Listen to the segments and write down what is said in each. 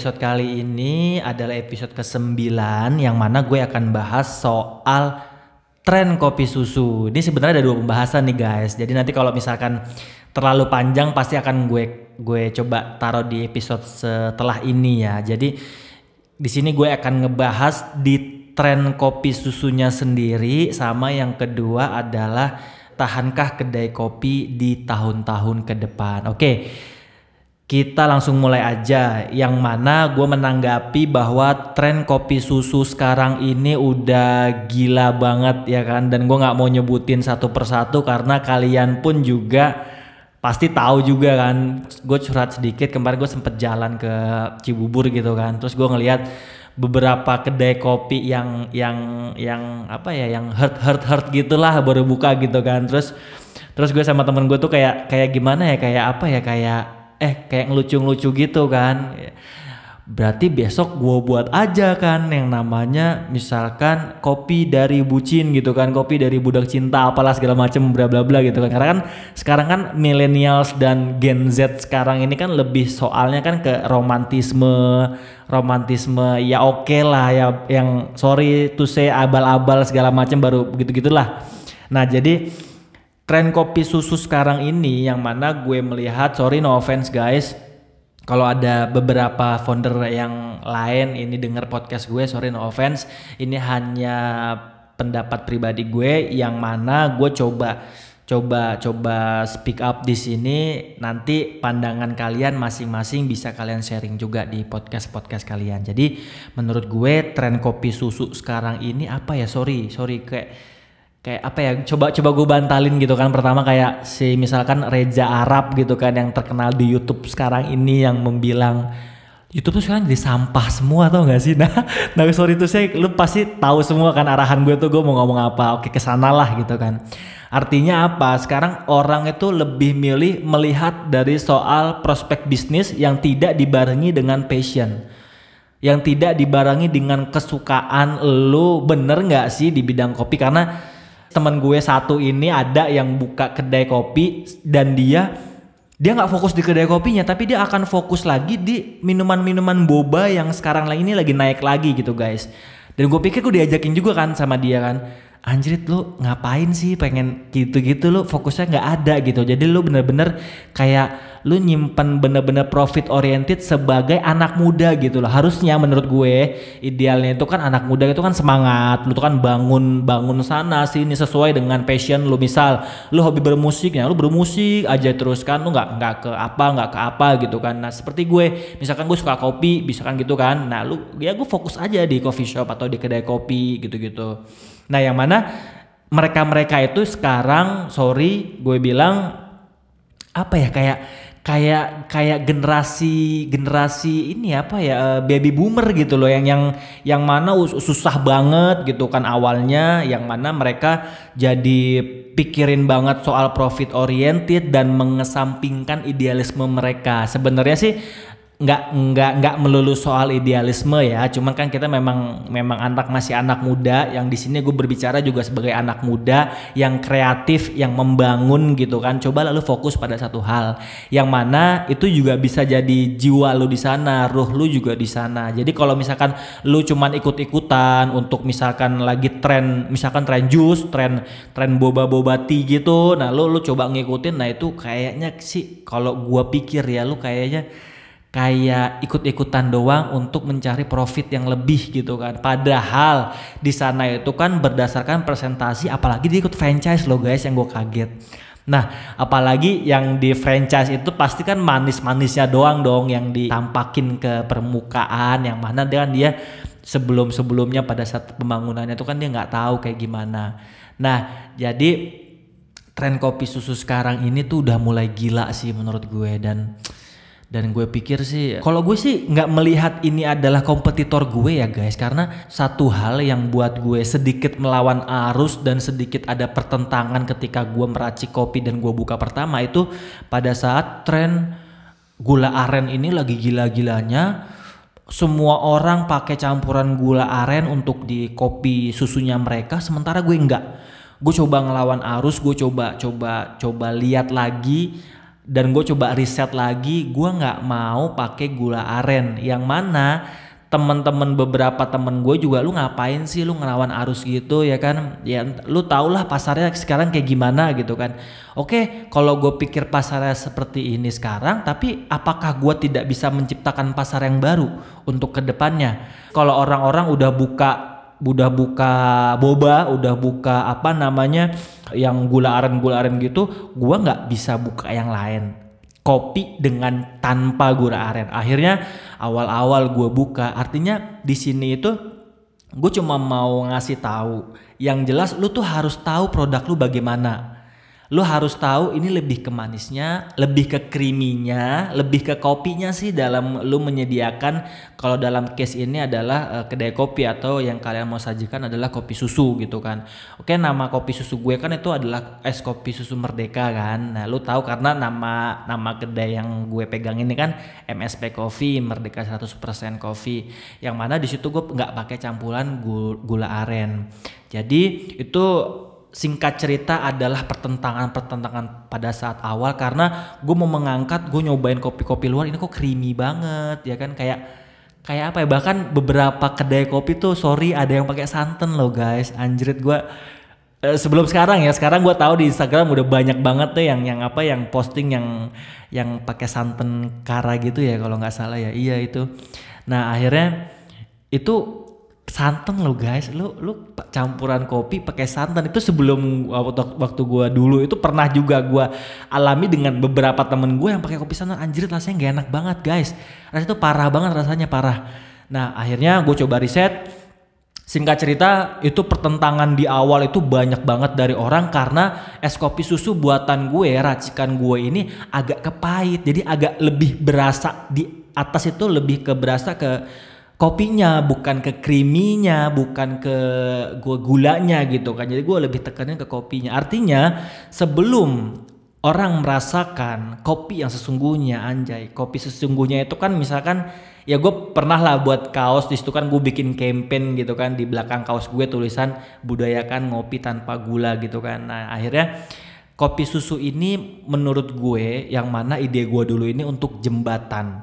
episode kali ini adalah episode ke-9 yang mana gue akan bahas soal tren kopi susu. Ini sebenarnya ada 2 pembahasan nih guys. Jadi nanti kalau misalkan terlalu panjang pasti akan gue coba taruh di episode setelah ini ya. Jadi di sini gue akan ngebahas di tren kopi susunya sendiri, sama yang kedua adalah tahankah kedai kopi di tahun-tahun ke depan. Oke. Kita langsung mulai aja, yang mana gue menanggapi bahwa tren kopi susu sekarang ini udah gila banget ya kan. Dan gue gak mau nyebutin satu persatu karena kalian pun juga pasti tahu juga kan. Gue curhat sedikit, kemarin gue sempet jalan ke Cibubur gitu kan. Terus gue ngeliat beberapa kedai kopi yang apa ya, yang hurt gitulah baru buka gitu kan. Terus gue sama temen gue tuh kayak gimana ya, kayak apa ya, kayak ngelucu-ngelucu gitu kan. Berarti besok gue buat aja kan yang namanya misalkan kopi dari bucin gitu kan, kopi dari budak cinta apalah segala macem bla bla bla gitu kan. Karena kan sekarang kan millennials dan Gen Z sekarang ini kan lebih soalnya kan ke romantisme ya oke lah ya, yang sorry to say abal-abal segala macem baru gitu-gitulah. Nah jadi tren kopi susu sekarang ini yang mana gue melihat, sorry no offense guys, kalau ada beberapa founder yang lain ini denger podcast gue, sorry no offense, ini hanya pendapat pribadi gue yang mana gue coba speak up di sini. Nanti pandangan kalian masing-masing bisa kalian sharing juga di podcast kalian. Jadi menurut gue tren kopi susu sekarang ini apa ya, sorry kayak apa ya, coba gue bantalin gitu kan. Pertama kayak si misalkan Reza Arab gitu kan, yang terkenal di YouTube sekarang ini, yang membilang YouTube tuh sekarang jadi sampah semua, tau gak sih? Nah sorry tuh saya, lu pasti tahu semua kan arahan gue tuh gue mau ngomong apa. Oke, kesana lah gitu kan. Artinya apa? Sekarang orang itu lebih milih melihat dari soal prospek bisnis yang tidak dibarengi dengan passion, yang tidak dibarengi dengan kesukaan lu bener gak sih di bidang kopi. Karena teman gue satu ini ada yang buka kedai kopi dan dia nggak fokus di kedai kopinya, tapi dia akan fokus lagi di minuman boba yang sekarang ini lagi naik lagi gitu guys. Dan gue pikir gue diajakin juga kan sama dia kan, anjrit lu ngapain sih pengen gitu-gitu, lu fokusnya nggak ada gitu. Jadi lu bener-bener kayak lu nyimpen bener-bener profit oriented sebagai anak muda gitu loh. Harusnya menurut gue idealnya itu kan anak muda itu kan semangat, lu tuh kan bangun sana sini sesuai dengan passion lu. Misal lu hobi bermusik ya, lu bermusik aja terus kan, lu nggak ke apa gitu kan. Nah seperti gue, misalkan gue suka kopi misalkan gitu kan, nah lu ya gue fokus aja di coffee shop atau di kedai kopi gitu. Nah yang mana mereka itu sekarang, sorry gue bilang apa ya, kayak generasi ini apa ya, baby boomer gitu loh, yang mana susah banget gitu kan awalnya, yang mana mereka jadi pikirin banget soal profit oriented dan mengesampingkan idealisme mereka. Sebenarnya sih nggak melulu soal idealisme ya, cuman kan kita memang masih anak muda, yang di sini gue berbicara juga sebagai anak muda yang kreatif, yang membangun gitu kan. Coba lalu fokus pada satu hal, yang mana itu juga bisa jadi jiwa lu di sana, ruh lu juga di sana. Jadi kalau misalkan lu cuman ikut-ikutan untuk misalkan lagi tren, misalkan tren jus, tren boba tea gitu, nah lu coba ngikutin, nah itu kayaknya sih kalau gua pikir ya, lu kayak ikut-ikutan doang untuk mencari profit yang lebih gitu kan. Padahal di sana itu kan berdasarkan presentasi, apalagi dia ikut franchise loh guys, yang gue kaget. Nah apalagi yang di franchise itu pasti kan manis-manisnya doang dong yang ditampakin ke permukaan, yang mana dia sebelumnya pada saat pembangunannya itu kan dia nggak tahu kayak gimana. Nah jadi tren kopi susu sekarang ini tuh udah mulai gila sih menurut gue. Dan gue pikir sih, kalau gue sih nggak melihat ini adalah kompetitor gue ya guys, karena satu hal yang buat gue sedikit melawan arus dan sedikit ada pertentangan ketika gue meracik kopi dan gue buka pertama itu pada saat tren gula aren ini lagi gila-gilanya. Semua orang pakai campuran gula aren untuk di kopi susunya mereka, sementara gue enggak. Gue coba ngelawan arus, gue coba lihat lagi Dan gue coba riset lagi, gue nggak mau pakai gula aren, yang mana temen-temen beberapa temen gue juga, lu ngapain sih lu ngelawan arus gitu ya kan, ya lu tau lah pasarnya sekarang kayak gimana gitu kan. Oke, kalau gue pikir pasarnya seperti ini sekarang, tapi apakah gue tidak bisa menciptakan pasar yang baru untuk kedepannya? Kalau orang-orang udah buka boba, udah buka apa namanya yang gula aren gitu, gua nggak bisa buka yang lain, kopi dengan tanpa gula aren. Akhirnya awal-awal gua buka, artinya di sini itu gue cuma mau ngasih tahu yang jelas, lu tuh harus tahu produk lu bagaimana. Lu harus tahu ini lebih ke manisnya, lebih ke creaminya, lebih ke kopinya sih dalam lu menyediakan. Kalau dalam case ini adalah kedai kopi, atau yang kalian mau sajikan adalah kopi susu gitu kan. Oke, nama kopi susu gue kan itu adalah es kopi susu Merdeka kan. Nah, lu tahu karena nama kedai yang gue pegang ini kan MSP Coffee, Merdeka 100% Coffee. Yang mana di situ gue nggak pakai campuran gula aren. Jadi itu singkat cerita adalah pertentangan pada saat awal, karena gue mau mengangkat, gue nyobain kopi-kopi luar ini kok creamy banget ya kan, kayak apa ya, bahkan beberapa kedai kopi tuh sorry ada yang pakai santan loh guys, anjrit. Gue sebelum sekarang gue tahu di Instagram udah banyak banget tuh yang posting yang pakai santan kara gitu ya kalau nggak salah ya, iya itu. Nah akhirnya itu santan lo guys, lu campuran kopi pakai santan itu sebelum waktu gue dulu itu pernah juga gue alami dengan beberapa temen gue yang pakai kopi santan, anjir rasanya gak enak banget guys, rasanya itu parah banget, rasanya parah. Nah akhirnya gue coba riset, singkat cerita itu pertentangan di awal itu banyak banget dari orang karena es kopi susu buatan gue, racikan gue ini agak kepahit, jadi agak lebih berasa di atas itu, lebih ke berasa ke kopinya, bukan ke creaminya, bukan ke gulanya gitu kan. Jadi gue lebih tekannya ke kopinya. Artinya sebelum orang merasakan kopi yang sesungguhnya, anjay, kopi sesungguhnya itu kan misalkan ya gue pernah lah buat kaos, di situ kan gue bikin campaign gitu kan, di belakang kaos gue tulisan budayakan ngopi tanpa gula gitu kan. Nah akhirnya kopi susu ini menurut gue, yang mana ide gue dulu ini untuk jembatan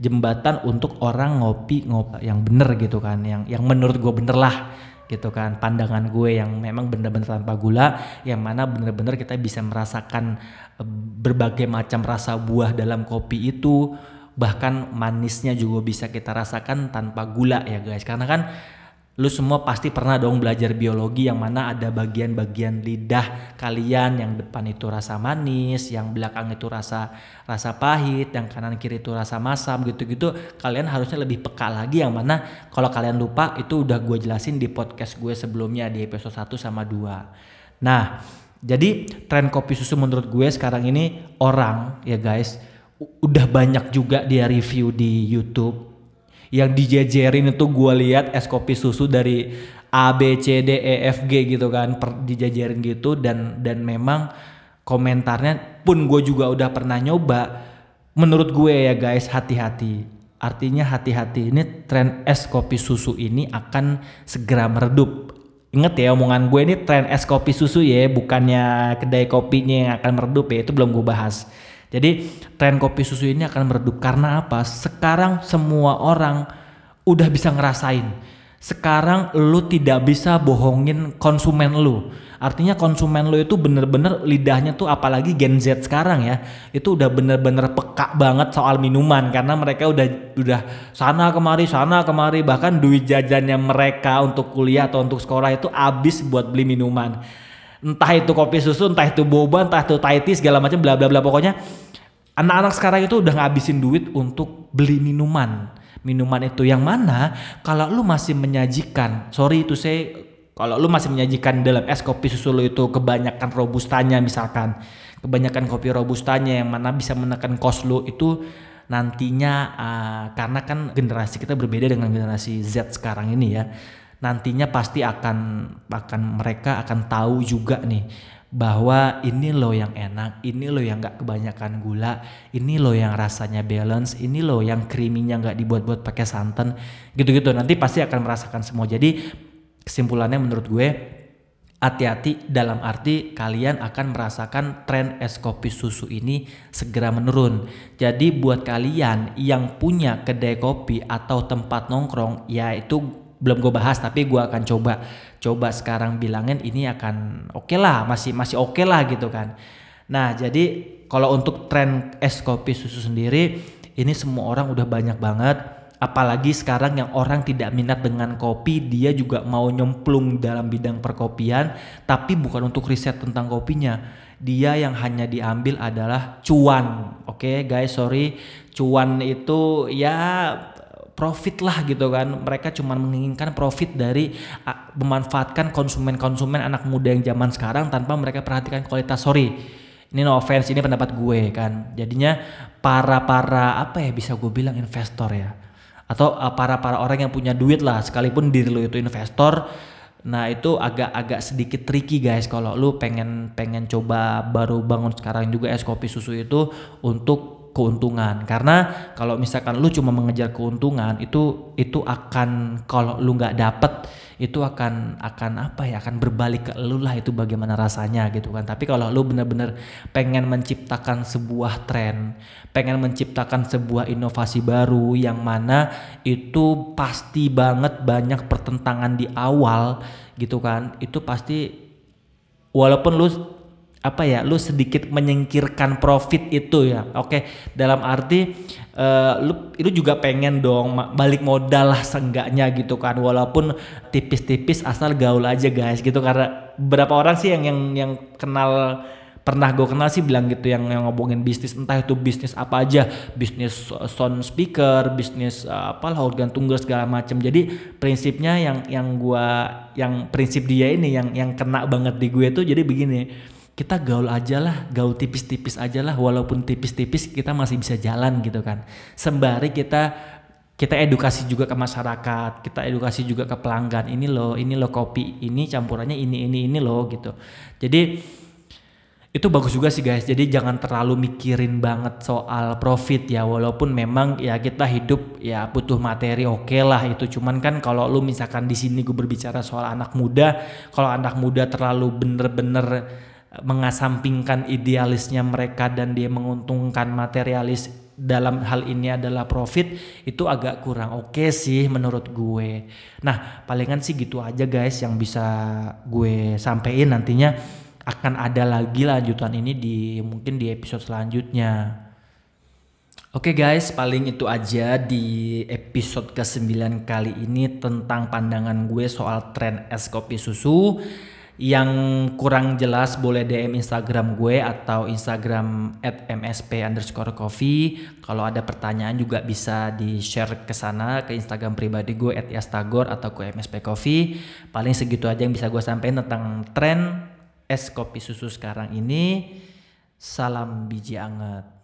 untuk orang ngopi yang bener gitu kan, yang menurut gue bener lah gitu kan, pandangan gue yang memang bener-bener tanpa gula, yang mana bener-bener kita bisa merasakan berbagai macam rasa buah dalam kopi itu, bahkan manisnya juga bisa kita rasakan tanpa gula ya guys. Karena kan lu semua pasti pernah dong belajar biologi, yang mana ada bagian-bagian lidah kalian, yang depan itu rasa manis, yang belakang itu rasa pahit, yang kanan kiri itu rasa masam gitu-gitu. Kalian harusnya lebih peka lagi, yang mana kalau kalian lupa itu udah gue jelasin di podcast gue sebelumnya di episode 1 sama 2. Nah jadi tren kopi susu menurut gue sekarang ini, orang ya guys udah banyak juga dia review di YouTube yang dijejerin itu, gue lihat es kopi susu dari A, B, C, D, E, F, G gitu kan, dijejerin gitu, dan memang komentarnya pun gue juga udah pernah nyoba. Menurut gue ya guys, hati-hati. Artinya hati-hati, ini tren es kopi susu ini akan segera meredup. Ingat ya omongan gue, ini tren es kopi susu ya, bukannya kedai kopinya yang akan meredup ya, itu belum gue bahas. Jadi tren kopi susu ini akan meredup karena apa? Sekarang semua orang udah bisa ngerasain. Sekarang lu tidak bisa bohongin konsumen lu. Artinya konsumen lu itu bener-bener lidahnya tuh, apalagi Gen Z sekarang ya, itu udah bener-bener peka banget soal minuman, karena mereka udah sana kemari, bahkan duit jajannya mereka untuk kuliah atau untuk sekolah itu habis buat beli minuman. Entah itu kopi susu, entah itu boba, entah itu Thai tea, segala macam bla bla bla. Pokoknya anak-anak sekarang itu udah ngabisin duit untuk beli minuman itu, yang mana kalau lu masih menyajikan, kalau lu masih menyajikan dalam es kopi susu lu itu kebanyakan robustanya, misalkan kebanyakan kopi robustanya, yang mana bisa menekan cost lu itu nantinya, karena kan generasi kita berbeda dengan generasi Z sekarang ini ya. Nantinya pasti mereka akan tahu juga nih bahwa ini loh yang enak, ini loh yang gak kebanyakan gula, ini loh yang rasanya balance, ini loh yang creaminya gak dibuat-buat pakai santan gitu-gitu. Nanti pasti akan merasakan semua. Jadi kesimpulannya menurut gue, hati-hati dalam arti kalian akan merasakan tren es kopi susu ini segera menurun. Jadi buat kalian yang punya kedai kopi atau tempat nongkrong, ya itu belum gue bahas tapi gue akan coba sekarang bilangin ini akan oke lah, masih oke lah gitu kan. Nah jadi kalau untuk tren es kopi susu sendiri ini semua orang udah banyak banget. Apalagi sekarang yang orang tidak minat dengan kopi, dia juga mau nyemplung dalam bidang perkopian, tapi bukan untuk riset tentang kopinya. Dia yang hanya diambil adalah cuan. Oke, guys, sorry. Cuan itu ya profit lah gitu kan. Mereka cuma menginginkan profit dari memanfaatkan konsumen-konsumen anak muda yang zaman sekarang tanpa mereka perhatikan kualitas. Sorry. Ini no offense, ini pendapat gue kan. Jadinya para apa ya bisa gue bilang investor ya. Atau para orang yang punya duit lah, sekalipun diri lo itu investor, nah itu agak sedikit tricky guys kalau lu pengen coba baru bangun sekarang juga es kopi susu itu untuk keuntungan. Karena kalau misalkan lu cuma mengejar keuntungan itu akan, kalau lu nggak dapet itu akan apa ya, akan berbalik ke lu lah, itu bagaimana rasanya gitu kan. Tapi kalau lu bener-bener pengen menciptakan sebuah tren, pengen menciptakan sebuah inovasi baru yang mana itu pasti banget banyak pertentangan di awal gitu kan, itu pasti walaupun lu lu sedikit menyingkirkan profit itu ya. Oke, dalam arti lu juga pengen dong balik modal lah seenggaknya gitu kan, walaupun tipis-tipis asal gaul aja guys gitu. Karena beberapa orang sih yang pernah gue kenal sih bilang gitu, yang ngomongin bisnis, entah itu bisnis apa aja, bisnis sound speaker, bisnis apalah organ tunggal segala macam. Jadi prinsipnya yang prinsip dia ini yang kena banget di gue tuh, jadi begini, kita gaul aja lah, gaul tipis-tipis aja lah, walaupun tipis-tipis kita masih bisa jalan gitu kan. Sembari kita edukasi juga ke masyarakat, kita edukasi juga ke pelanggan, ini loh kopi ini campurannya ini loh gitu. Jadi itu bagus juga sih guys. Jadi jangan terlalu mikirin banget soal profit ya, walaupun memang ya kita hidup ya butuh materi, oke lah itu. Cuman kan kalau lu misalkan di sini gue berbicara soal anak muda, kalau anak muda terlalu bener-bener mengasampingkan idealisnya mereka dan dia menguntungkan materialis dalam hal ini adalah profit, itu agak kurang oke sih menurut gue. Nah palingan sih gitu aja guys yang bisa gue sampein. Nantinya akan ada lagi lanjutan ini mungkin di episode selanjutnya. Oke guys, paling itu aja di episode ke-9 kali ini tentang pandangan gue soal tren es kopi susu. Yang kurang jelas boleh DM Instagram gue atau Instagram @msp_coffee. Kalau ada pertanyaan juga bisa di share ke sana, ke Instagram pribadi gue @yastagor atau ke MSP Coffee. Paling segitu aja yang bisa gue sampaikan tentang tren es kopi susu sekarang ini. Salam biji anget.